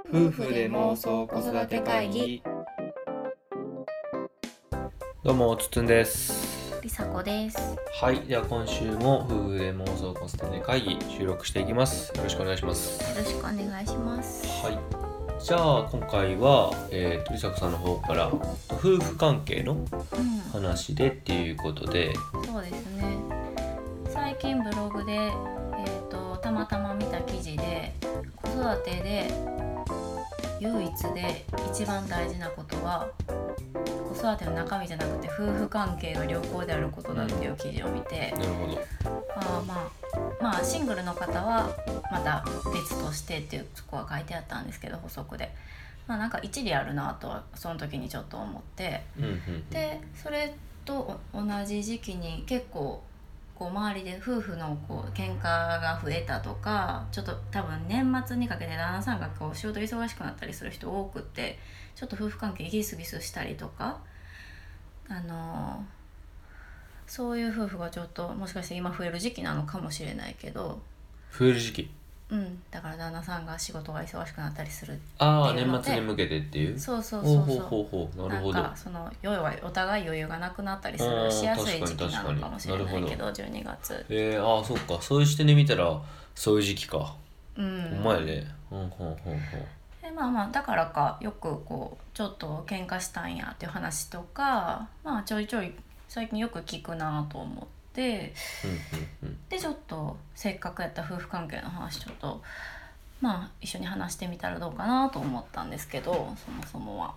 夫婦で妄想子育て会議。 どうもつつんです。 りさこです。 はい、では今週も夫婦で妄想子育て会議収録していきます。よろしくお願いします。 よろしくお願いします。 はい、じゃあ今回はりさこさんの方から夫婦関係の話でっていうことで、 そうですね。最近ブログで、たまたま見た記事で、子育てで唯一で一番大事なことは子育ての中身じゃなくて夫婦関係が良好であることだっていう記事を見て、 なるほど。 まあシングルの方はまた別としてっていうとこは書いてあったんですけど、補足でなんか一理あるなとはその時にちょっと思って、でそれと同じ時期に結構こう周りで夫婦のこう喧嘩が増えたとか、ちょっと多分年末にかけて旦那さんがこう仕事忙しくなったりする人多くって、ちょっと夫婦関係ギスギスしたりとか、そういう夫婦がちょっともしかして今増える時期なのかもしれないけど、 増える時期。 だから旦那さんが仕事が忙しくなったりするっていう年末に向けてっていう。 そうなるほど。なんかその要はお互い余裕がなくなったりするしやすい時期なのかもしれないけど、12月。 そうか、そういう視点で見たらそういう時期か。お前で。 でだからかよくこうちょっと喧嘩したんやっていう話とか、ちょいちょい最近よく聞くなと思って、でちょっとせっかくやった夫婦関係の話ちょっと一緒に話してみたらどうかなと思ったんですけど、そもそもは。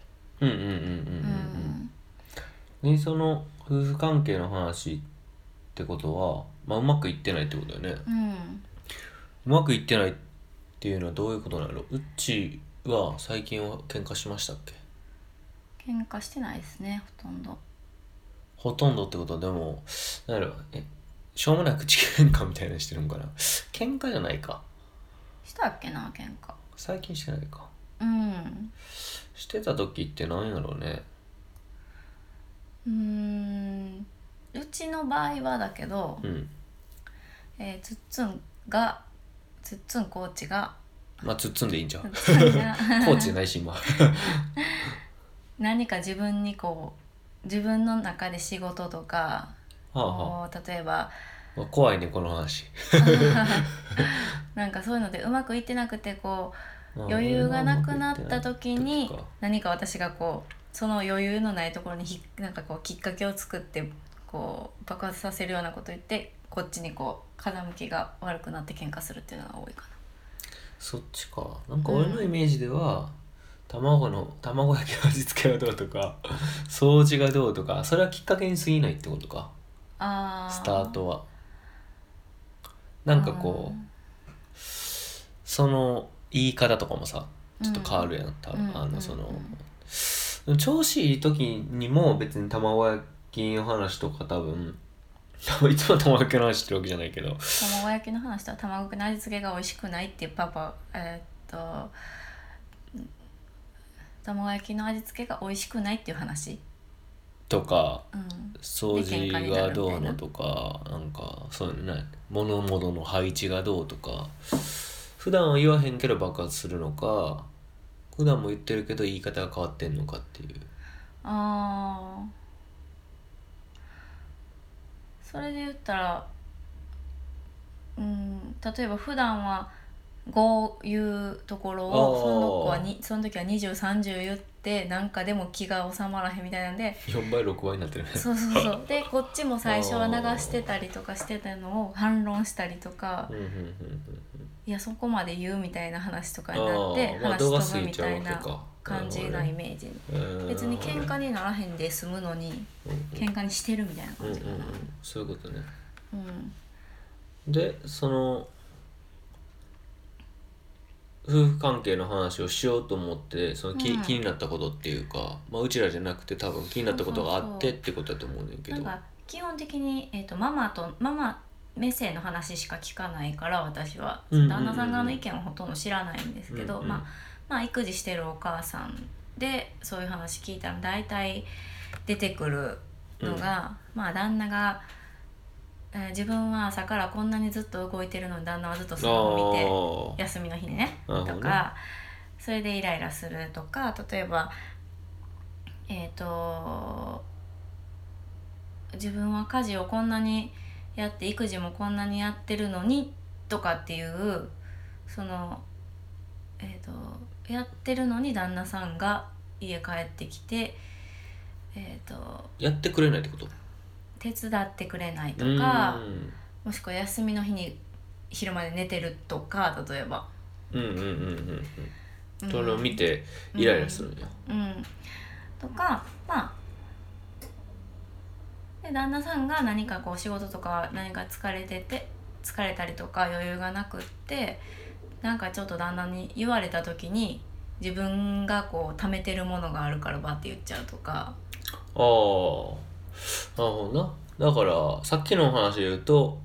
でその夫婦関係の話ってことは、うまくいってないってことだよね。うまくいってないっていうのはどういうことなの？うちは最近は喧嘩しましたっけ？ 喧嘩してないですね、ほとんど。 ほとんどってことはでもなんだろう、しょうもなく口喧嘩みたいなのしてるのかな。喧嘩じゃないか。 したっけな、喧嘩。 最近してないか。 うんしてた時ってなんやろうね。 うちの場合はだけど、つっつんコーチがつっつんでいいんじゃん。コつっつんがーチじゃないし今。 何か自分にこう自分の中で仕事とか、例えば怖いねこの話。 なんかそういうのでうまくいってなくてこう余裕がなくなった時に何か私がこうその余裕のないところになんかこうきっかけを作ってこう爆発させるようなこと言ってこっちにこう風向きが悪くなって喧嘩するっていうのが多いかな。 そっちか。なんか俺のイメージでは、卵焼きの味付けがどうとか掃除がどうとか、それはきっかけに過ぎないってことか。スタートはなんかこうその言い方とかもさちょっと変わるやん。多分その調子いい時にも別に卵焼きの話とか多分いつも卵焼きの話してるわけじゃないけど、 卵焼きの話とは卵焼きの味付けが美味しくないっていう卵焼きの味付けが美味しくないっていう話とか、掃除がどうのとか、なんかそういうね、物の配置がどうとか、普段は言わへんけど爆発するのか、普段も言ってるけど言い方が変わってんのかっていう。 それで言ったら例えば普段は5言うところをその時は2030言ってなんかでも気が収まらへんみたいなんで 4倍6倍になってるね。 そうでこっちも最初は流してたりとかしてたのを反論したりとか、いやそこまで言うみたいな話とかになって話飛ぶみたいな感じなイメージ。別に喧嘩にならへんで済むのに喧嘩にしてるみたいな感じかな。 そういうことね。でその夫婦関係の話をしようと思ってその気になったことっていうか、うちらじゃなくて多分気になったことがあってってことだと思うんだけど、 なんか基本的に、ママ目線の話しか聞かないから私は旦那さん側の意見はほとんど知らないんですけど、育児してるお母さんでそういう話聞いたら大体出てくるのが、旦那が自分は朝からこんなにずっと動いてるのに旦那はずっとスマホ見て休みの日にねとか、 それでイライラするとか、例えば自分は家事をこんなにやって育児もこんなにやってるのにとかっていうそのやってるのに旦那さんが家帰ってきてやってくれないってこと？ 手伝ってくれないとか、もしくは休みの日に昼まで寝てるとか、例えばそれを見てイライラするんや、 とか、まあで旦那さんが何かこう仕事とか何か疲れたりとか余裕がなくって、なんかちょっと旦那に言われた時に自分がこう溜めてるものがあるからバって言っちゃうとか。 なるほどな。だからさっきの話で言うと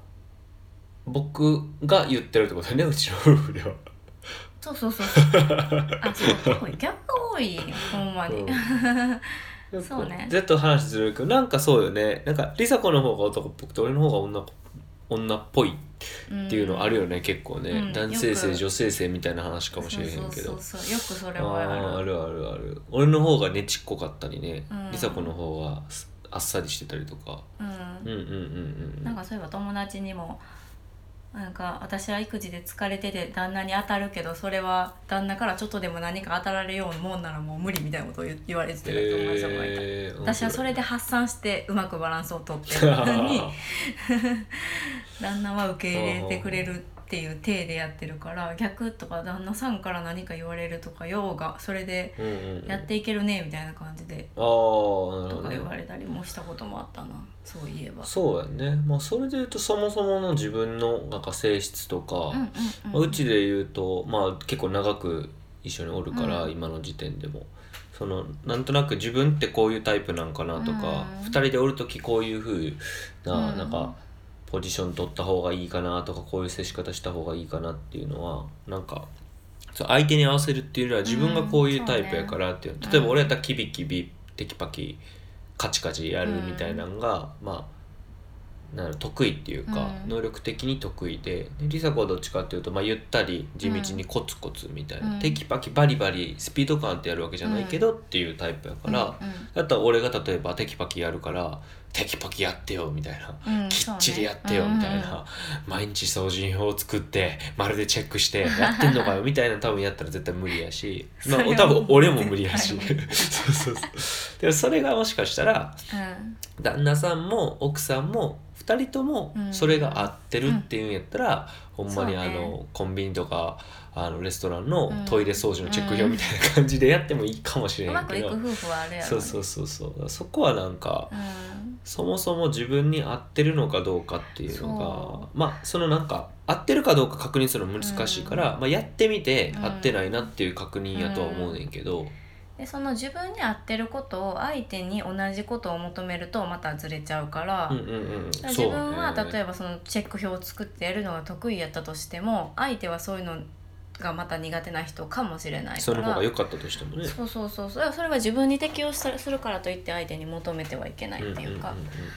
僕が言ってるってことだね、うちの夫婦では。 そうそう逆が多いほんまに、そうね。 ずっと話するけどなんかそうよね。なんか梨紗子の方が男っぽくて俺の方が女っぽいっていうのあるよね、結構ね、男性性女性性みたいな話かもしれへんけど、 そうよくそれはある。俺の方がねちっこかったりね、梨紗子の方はあっさりしてたりとか、 なんかそういえば友達にもなんか私は育児で疲れてて旦那に当たるけど、それは旦那からちょっとでも何か当たられようもんならもう無理みたいなことを言われてる友達がいた。私はそれで発散してうまくバランスをとってるのに旦那は受け入れてくれるっていう体でやってるから、逆とか旦那さんから何か言われるとかようがそれでやっていけるねみたいな感じでとか言われたりもしたこともあったな、そういえば。 そうやね。まあそれで言うとそもそもの自分のなんか性質とか、うちで言うとまあ結構長く一緒におるから、今の時点でもそのなんとなく自分ってこういうタイプなんかなとか、2人でおる時こういう風な、なんかポジション取った方がいいかなとか、こういう接し方した方がいいかなっていうのはなんか相手に合わせるっていうよりは自分がこういうタイプやからっていう、例えば俺やったらキビキビテキパキカチカチやるみたいなのが、まあ得意っていうか、能力的に得意で、梨紗子はどっちかっていうと、まあ、ゆったり地道にコツコツみたいな、テキパキバリバリスピード感ってやるわけじゃないけどっていうタイプやから、だったら俺が例えばテキパキやるからテキパキやってよみたいな、きっちりやってよみたいな、毎日掃除表を作ってまるでチェックしてやってんのかよみたいな多分やったら絶対無理やし、まあ多分俺も無理やしそうでもそれがもしかしたら、旦那さんも奥さんも2人ともそれが合ってるっていうんやったら、ほんまにコンビニとかレストランのトイレ掃除のチェック表みたいな感じでやってもいいかもしれんけど、 うまくいく夫婦はあるやろね。 そこはなんか、そもそも自分に合ってるのかどうかっていうのが、まあそのなんか合ってるかどうか確認するの難しいから、まあ、やってみて合ってないなっていう確認やとは思うねんけど、 でその自分に合ってることを相手に同じことを求めるとまたずれちゃうから、自分は例えばそのチェック表を作ってやるのが得意やったとしても、相手はそういうのがまた苦手な人かもしれないから、 その方が良かったとしてもね、 それは自分に適応するからといって相手に求めてはいけないっていうか、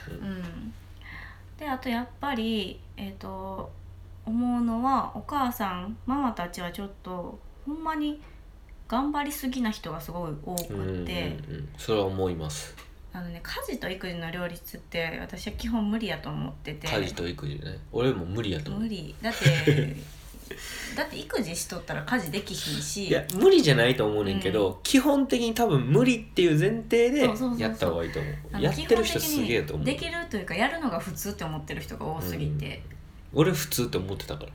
であとやっぱり思うのは、お母さんママたちはちょっとほんまに頑張りすぎな人がすごい多くって、 それは思います。 家事と育児の両立って私は基本無理やと思ってて。 家事と育児ね、俺も無理やと思う。 無理だって育児しとったら家事できひんし。 いや無理じゃないと思うねんけど、基本的に多分無理っていう前提でやった方がいいと思う。やってる人すげえと思う。 できるというかやるのが普通って思ってる人が多すぎて、 俺普通って思ってたから。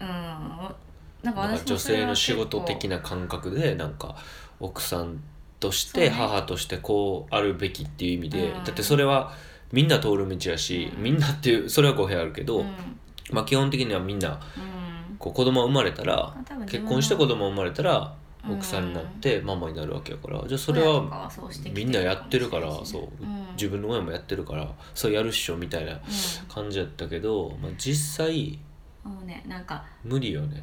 なんか女性の仕事的な感覚でなんか奥さんとして母としてこうあるべきっていう意味で、だってそれはみんな通る道やし、みんなっていうそれは語弊あるけど、まあ基本的にはみんなこう子供生まれたら、結婚して子供生まれたら奥さんになってママになるわけやから、じゃあそれはみんなやってるから、そう自分の親もやってるからそうやるっしょみたいな感じやったけど、まあ実際なんか無理よね。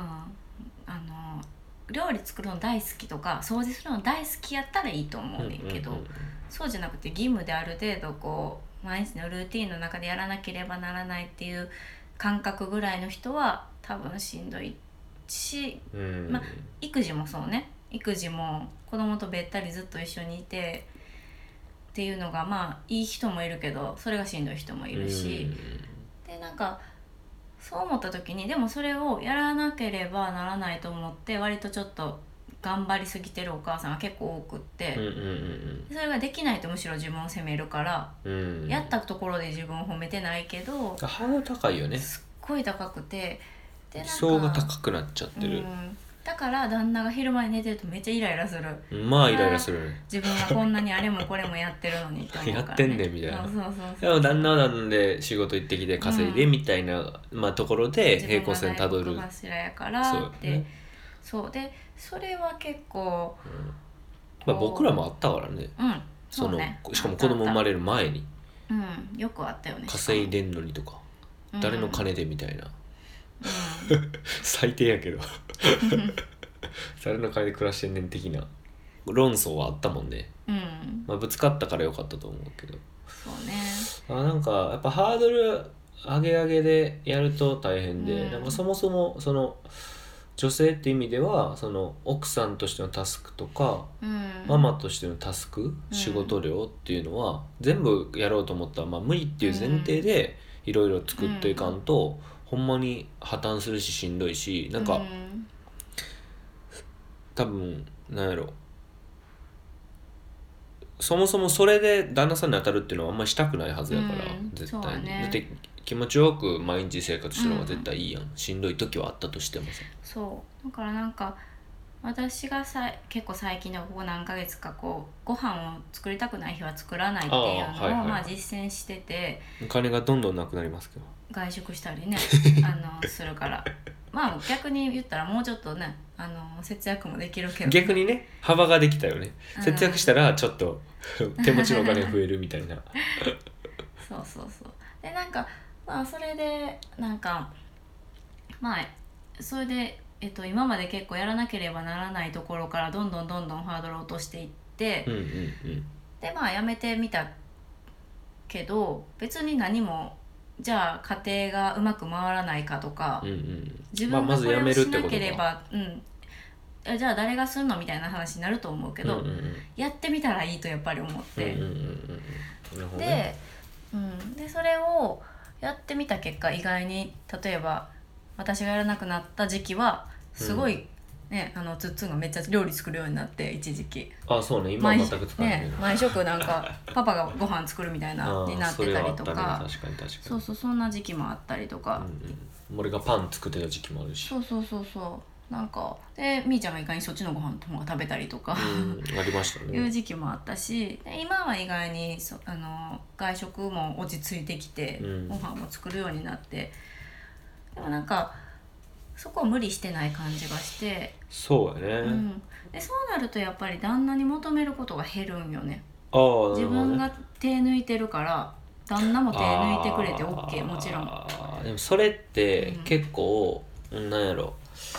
料理作るの大好きとか掃除するの大好きやったらいいと思うねんけど、そうじゃなくて義務である程度こう毎日のルーティンの中でやらなければならないっていう感覚ぐらいの人は多分しんどいまあ育児もそうね、育児も子供とべったりずっと一緒にいてっていうのがまあいい人もいるけどそれがしんどい人もいるし、でなんかそう思った時にでもそれをやらなければならないと思って割とちょっと頑張りすぎてるお母さんが結構多くって、それができないとむしろ自分を責めるから、やったところで自分を褒めてないけどハードル高いよね、 すっごい高くて、 でなんか理想が高くなっちゃってる、 だから旦那が昼間に寝てるとめっちゃイライラする。 まあイライラするね、 自分はこんなにあれもこれもやってるのにって思うから、ね、 やってんねんみたいな。 そうでも旦那はなんで仕事行ってきて稼いでみたいな、まあ、ところで平行線たどる。 自分が大柱やからって、そうでそれは結構、 まあ、僕らもあったからね、 そうね、 しかも子供生まれる前に、 よくあったよね、 稼いでんのにとか、誰の金でみたいな、最低やけど誰の金で暮らしてんねん的な論争はあったもんね、まあ、ぶつかったからよかったと思うけど、 そうね、 なんかやっぱハードル上げ上げでやると大変で、なんかそもそもその女性って意味ではその奥さんとしてのタスクとか、ママとしてのタスク、仕事量っていうのは全部やろうと思ったら、まあ、無理っていう前提でいろいろ作っていかんと、ほんまに破綻するししんどいし、なんか、多分なんやろ、そもそもそれで旦那さんに当たるっていうのはあんまりしたくないはずやから、絶対に、だって気持ちよく毎日生活してるのが絶対いいやん、しんどい時はあったとしてもさ。 そうだからなんか私が結構最近でここ何ヶ月かこうご飯を作りたくない日は作らないっていうのをまあ実践してて、 お金がどんどんなくなりますけど外食したりねするからまあ逆に言ったらもうちょっとね節約もできるけど、 逆にね幅ができたよね、節約したらちょっと手持ちのお金が増えるみたいなそうでなんかまあそれでなんかまあそれで、今まで結構やらなければならないところからどんどんハードルを落としていって、でまあやめてみたけど別に何もじゃあ家庭がうまく回らないかとか、自分がこれをしなければ、じゃあ誰がすんのみたいな話になると思うけど、やってみたらいいとやっぱり思って、でそれをやってみた結果意外に例えば私がやらなくなった時期はすごい、つっつんがめっちゃ料理作るようになって一時期。 そうね、今は全く使えないね。 毎食なんかパパがご飯作るみたいなになってたりとか、 確かにそうそんな時期もあったりとか、 俺がパン作ってた時期もあるし、 そうなんかでみーちゃんが意外にそっちのご飯とか食べたりとかありましたね、 いう時期もあったし、今は意外に外食も落ち着いてきて、ご飯も作るようになって、でもなんかそこを無理してない感じがして、 そうやね、 でそうなるとやっぱり旦那に求めることが減るんよね。自分が手抜いてるから旦那も手抜いてくれて OK、 もちろん。 でもそれって結構、なんやろ、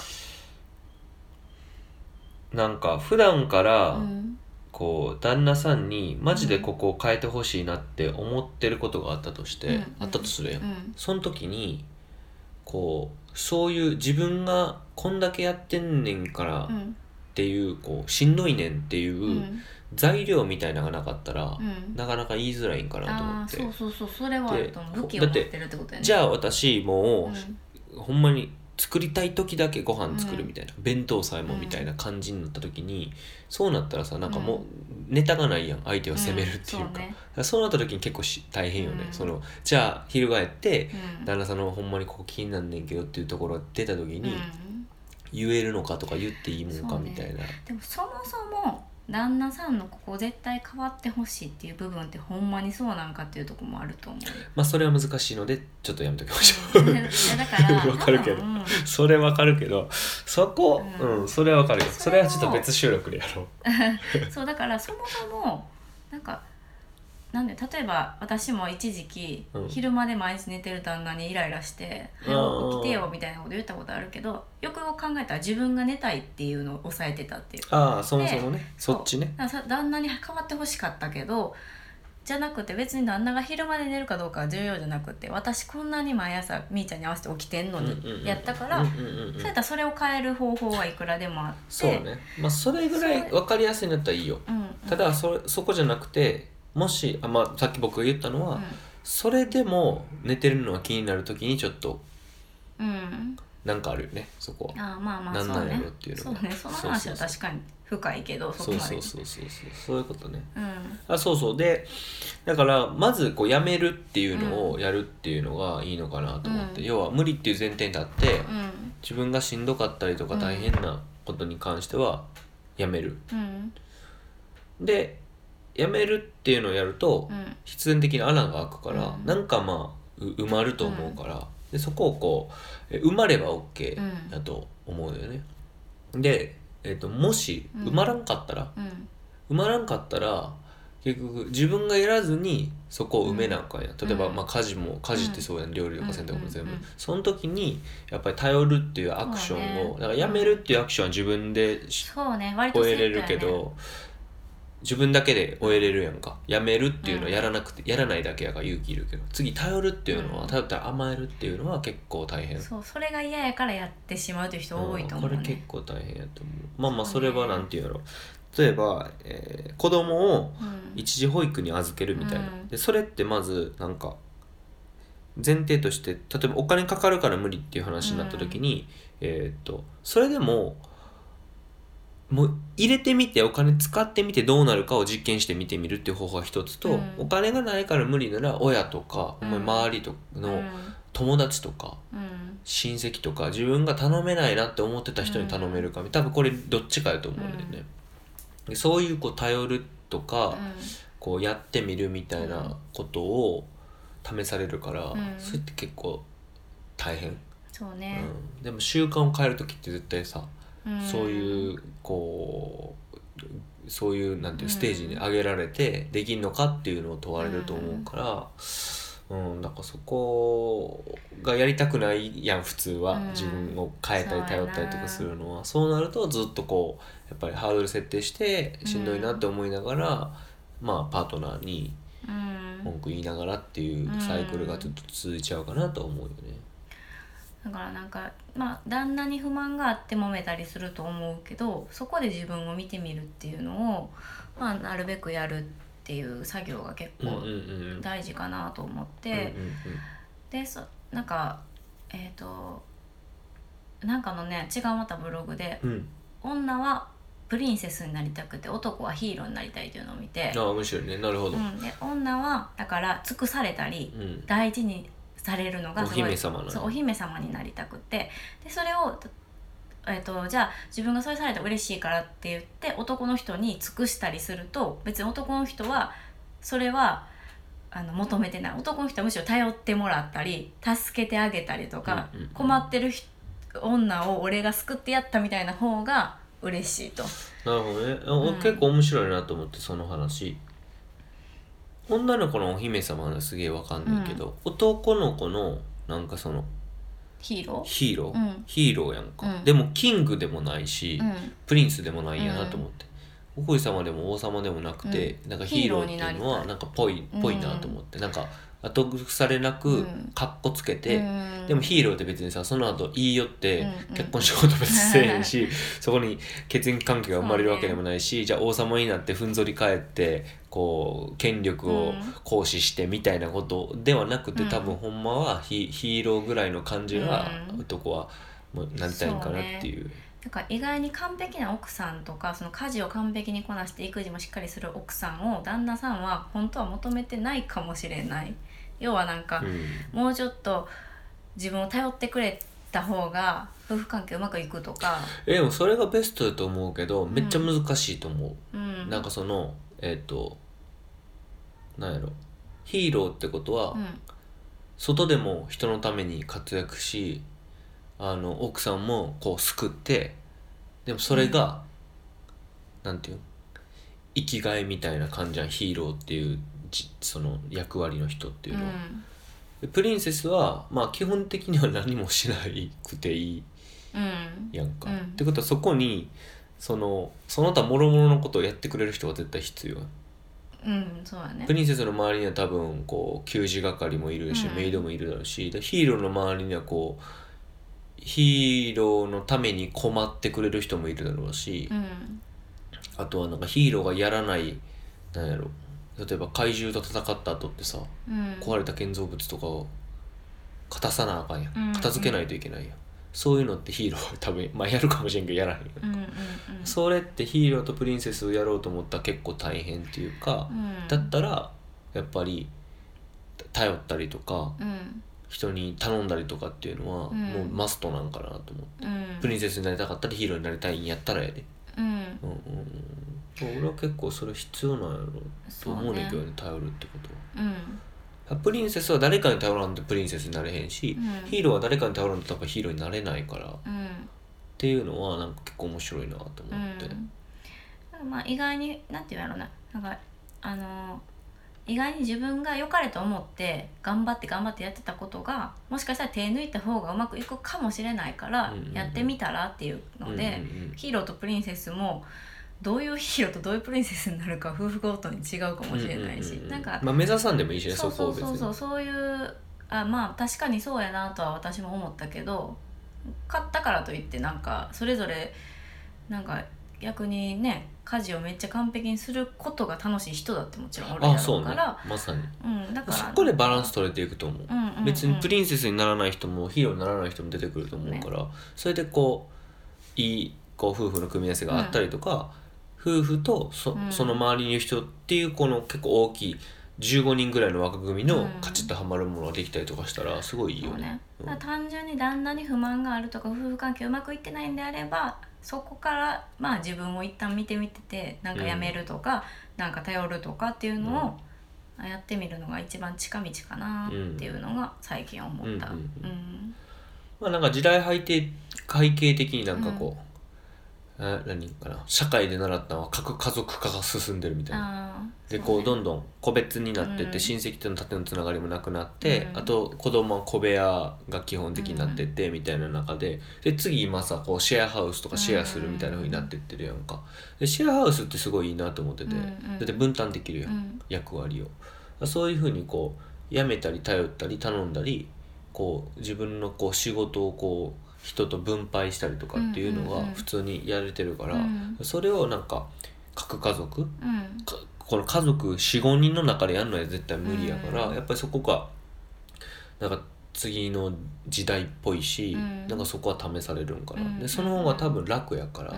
なんか普段からこう旦那さんにマジでここを変えてほしいなって思ってることがあったとして、あったとするやん、その時にこうそういう自分がこんだけやってんねんからっていう、こうしんどいねんっていう材料みたいなのがなかったら、なかなか言いづらいんかなと思って。 そうそれはあると思う。武器を持ってるってことやね。 じゃあ私もう、ほんまに作りたい時だけご飯作るみたいな、弁当さえもみたいな感じになった時に、そうなったらさ、なんかもうネタがないやん、相手を責めるっていうか、そうなった時に結構大変よね、じゃあ翻って、旦那さんのほんまにここ気になんねんけどっていうところが出た時に、言えるのかとか言っていいもんかみたいな、 でもそもそも旦那さんのここ絶対変わってほしいっていう部分ってほんまにそうなんかっていうところもあると思う。 まあそれは難しいのでちょっとやめときましょうだから分かるけど、それ分かるけど、そこ、それは分かるよ。それはちょっと別収録でやろうそうだからそもそもなんかなんで例えば私も一時期、昼間で毎日寝てる旦那にイライラして「早く起きてよ」みたいなこと言ったことあるけど、よくよく考えたら自分が寝たいっていうのを抑えてたっていう。 そもそもね、そっちね。 旦那に変わってほしかったけどじゃなくて別に旦那が昼間で寝るかどうかは重要じゃなくて、私こんなに毎朝みーちゃんに合わせて起きてんのにやったから、そうやったらそれを変える方法はいくらでもあって、 そうね、まあそれぐらい分かりやすいんだったらいいよ、ただそこじゃなくて、もしさっき僕が言ったのは、それでも寝てるのが気になるときにちょっとなんかあるよね、そこは。 まあなんなんやろっていうのが、その話は確かに深いけど、そこまでそういうことね、そうで、だからまずこうやめるっていうのをやるっていうのがいいのかなと思って、要は無理っていう前提に立って、自分がしんどかったりとか大変なことに関してはやめる、でやめるっていうのをやると、必然的に穴が開くから、なんか埋まると思うから、でそこをこう埋まれば OK だと思うよね。で、もし埋まらんかったら、結局自分がやらずにそこを埋めなあかんやん。例えば家事ってそうやん、料理とか洗濯も全部、その時にやっぱり頼るっていうアクションを、だからやめるっていうアクションは自分で終えれるけど、自分だけで終えれるやんか。やめるっていうのはやらないだけやから勇気いるけど、次頼るっていうのは、頼ったら甘えるっていうのは結構大変。 それが嫌やからやってしまうという人多いと思う、ね、 これ結構大変やと思う。それはなんていうやろ、例えば、子供を一時保育に預けるみたいな、でそれってまずなんか前提として、例えばお金かかるから無理っていう話になった時に、それでもう入れてみてお金使ってみてどうなるかを実験してみてみるっていう方法が一つと、お金がないから無理なら親とか、周りの友達とか、親戚とか自分が頼めないなって思ってた人に頼めるか、多分これどっちかやと思うんだよね。でそういう頼るとか、こうやってみるみたいなことを試されるから、それって結構大変。 そうね、 でも習慣を変える時って絶対さ、そういうそういうなんていうステージに上げられてできんのかっていうのを問われると思うから、なんかそこがやりたくないやん普通は、自分を変えたり頼ったりとかするのは。そうなるとずっとこうやっぱりハードル設定してしんどいなって思いながら、パートナーに文句言いながらっていうサイクルがちょっと続いちゃうかなと思うよね。 だからなんか旦那に不満があって揉めたりすると思うけど、そこで自分を見てみるっていうのをなるべくやるっていう作業が結構大事かなと思って、でなんかなんかのね違うまたブログで、女はプリンセスになりたくて男はヒーローになりたいっていうのを見て、 面白いね。なるほど。 で女はだから尽くされたり、大事にされるのがお姫様なの。 お姫様になりたくて、でそれをじゃあ自分がそれされたら嬉しいからって言って男の人に尽くしたりすると、別に男の人はそれは求めてない。男の人はむしろ頼ってもらったり助けてあげたりとか、困ってる女を俺が救ってやったみたいな方が嬉しいと。 なるほどね、結構面白いなと思って、その話。女の子のお姫様はすげえわかんないけど、男の子のなんかそのヒーロー、 ヒーローやんか、でもキングでもないし、プリンスでもないんやなと思って、お恋様でも王様でもなくて、なんかヒーローっていうのはなんかぽいなと思って、なんか後腐れなくカッコつけて、でもヒーローって別にさ、その後言い寄って結婚しようと別にせえへんし、そこに血縁関係が生まれるわけでもないし、じゃあ王様になってふんぞり返ってこう権力を行使してみたいなことではなくて、多分ほんまはヒーローぐらいの感じが男はもうなりたいんかなっていう。 なんか意外に完璧な奥さんとか、その家事を完璧にこなして育児もしっかりする奥さんを旦那さんは本当は求めてないかもしれない。要はなんか、もうちょっと自分を頼ってくれた方が夫婦関係うまくいくとか。 でもそれがベストだと思うけど、めっちゃ難しいと思う。なんかそのなんやろ、ヒーローってことは、外でも人のために活躍し、奥さんもこう救って、でもそれが、なんていう生きがいみたいな感じじゃん、ヒーローっていうその役割の人っていうのは。でプリンセスは基本的には何もしなくていいやんか、ってことはそこにその他諸々のことをやってくれる人が絶対必要。 そうだね。 プリンセスの周りには多分こう給仕係もいるし、メイドもいるだろうし、でヒーローの周りにはこうヒーローのために困ってくれる人もいるだろうし、あとはなんかヒーローがやらないなんやろ、例えば怪獣と戦った後ってさ、壊れた建造物とかを片さなあかんやん、片付けないといけないやん、そういうのってヒーローは多分やるかもしれんけどやらへんよ、それってヒーローとプリンセスをやろうと思ったら結構大変っていうか、だったらやっぱり頼ったりとか、人に頼んだりとかっていうのはもうマストなんかなと思って、プリンセスになりたかったらヒーローになりたいんやったらやで、俺は結構それ必要なんやろと思うねんけどね、頼るってことは、プリンセスは誰かに頼らんとプリンセスになれへんし、ヒーローは誰かに頼らんとやっぱヒーローになれないから、っていうのはなんか結構面白いなと思って、 まあ意外になんていうんやろうな、なんか意外に自分が良かれと思って頑張ってやってたことがもしかしたら手抜いた方がうまくいくかもしれないからやってみたらっていうので、ヒーローとプリンセスもどういうヒーローとどういうプリンセスになるか夫婦ごとに違うかもしれないし、なんかまあ目指さんでもいいしね、 そうそうそこを別にそういうまあ確かにそうやなとは私も思ったけど、買ったからといってなんかそれぞれなんか逆にね家事をめっちゃ完璧にすることが楽しい人だってもちろんおるやろうから、 そうね、まさに、 だからそこでバランス取れていくと思う、別にプリンセスにならない人もヒーローにならない人も出てくると思うから、それでこういいこう夫婦の組み合わせがあったりとか、夫婦とその周りにいる人っていうこの結構大きい15人ぐらいの枠組みのカチッとはまるものができたりとかしたらすごいいいよね。 単純に旦那に不満があるとか夫婦関係うまくいってないんであれば、そこからまあ自分を一旦見てみてて、なんかやめるとか、なんか頼るとかっていうのをやってみるのが一番近道かなっていうのが最近思った。 まあなんか時代背景的になんかこう、何かな、社会で習ったのは核家族化が進んでるみたいな、でこうどんどん個別になってって、親戚との縦のつながりもなくなって、あと子供は小部屋が基本的になってってみたいな中で、次今さこうシェアハウスとかシェアするみたいな風になってってるやんか。でシェアハウスってすごいいいなと思ってて、だって分担できるやん、役割を。そういう風にこう辞めたり頼ったり頼んだり、こう自分のこう仕事をこう人と分配したりとかっていうのが普通にやれてるから、それをなんか核家族、この家族 4,5 人の中でやるのは絶対無理やから、やっぱりそこがなんか次の時代っぽいし、なんかそこは試されるんかな、でその方が多分楽やから、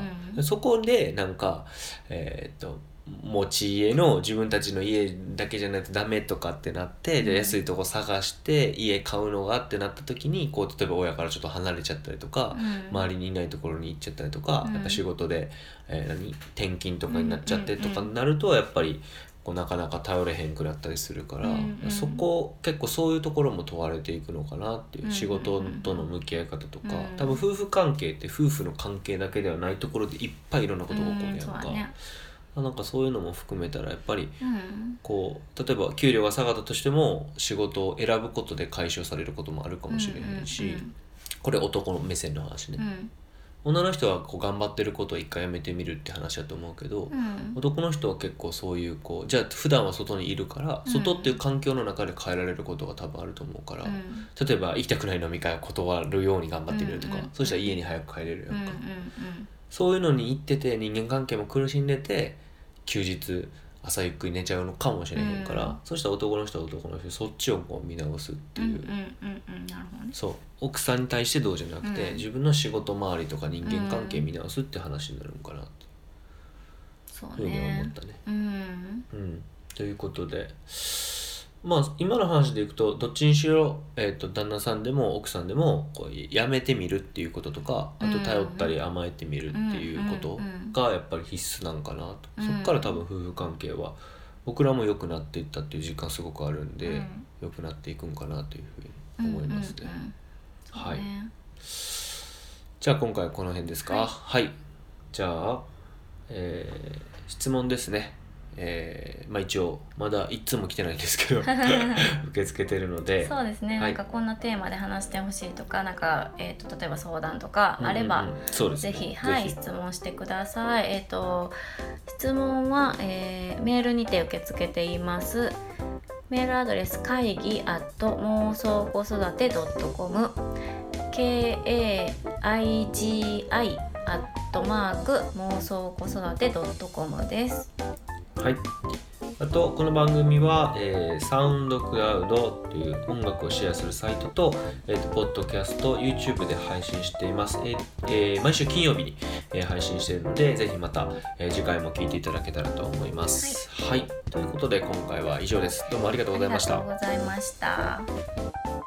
そこでなんか持ち家の自分たちの家だけじゃないとダメとかってなって、で安いとこ探して家買うのがってなった時にこう例えば親からちょっと離れちゃったりとか、周りにいないところに行っちゃったりとか、やっぱ仕事で、転勤とかになっちゃってとかになると、やっぱりこうなかなか頼れへんくなったりするから、そこ結構そういうところも問われていくのかなっていう、仕事との向き合い方とか、多分夫婦関係って夫婦の関係だけではないところでいっぱいいろんなことが起こるやんか。なんかそういうのも含めたらやっぱりこう例えば給料が下がったとしても仕事を選ぶことで解消されることもあるかもしれへんし、これ男の目線の話ね、女の人はこう頑張ってることを一回やめてみるって話だと思うけど、男の人は結構そういうこうじゃあ普段は外にいるから、外っていう環境の中で変えられることが多分あると思うから、例えば行きたくない飲み会を断るように頑張ってみるとか、そしたら家に早く帰れるやんか、そういうのに行ってて人間関係も苦しんでて休日朝ゆっくり寝ちゃうのかもしれへんから、そしたら男の人は男の人そっちをこう見直すっていう、そう奥さんに対してどうじゃなくて、自分の仕事周りとか人間関係見直すって話になるのかなっていうふうには思ったね。ということでまあ今の話でいくとどっちにしろ、旦那さんでも奥さんでもこうやめてみるっていうこととか、あと頼ったり甘えてみるっていうことがやっぱり必須なんかなと、そこから多分夫婦関係は僕らも良くなっていったっていう実感すごくあるんで、良くなっていくんかなというふうに思いますね。はい。じゃあ今回はこの辺ですか。はい。じゃあ、質問ですね。 一応まだいつも来てないんですけど受け付けてるので、 そうですね、なんかこんなテーマで話してほしいとか、なんか、例えば相談とかあれば、ぜひ、質問してください。質問は、メールにて受け付けています。メールアドレス会議妄想子育て .com kaigi 妄想子育て .com です。 はい。あとこの番組は、サウンドクラウドという音楽をシェアするサイトと、ポッドキャスト YouTube で配信しています。毎週金曜日に、配信しているので、ぜひまた、次回も聞いていただけたらと思います。はい。ということで今回は以上です。どうもありがとうございました。 ありがとうございました。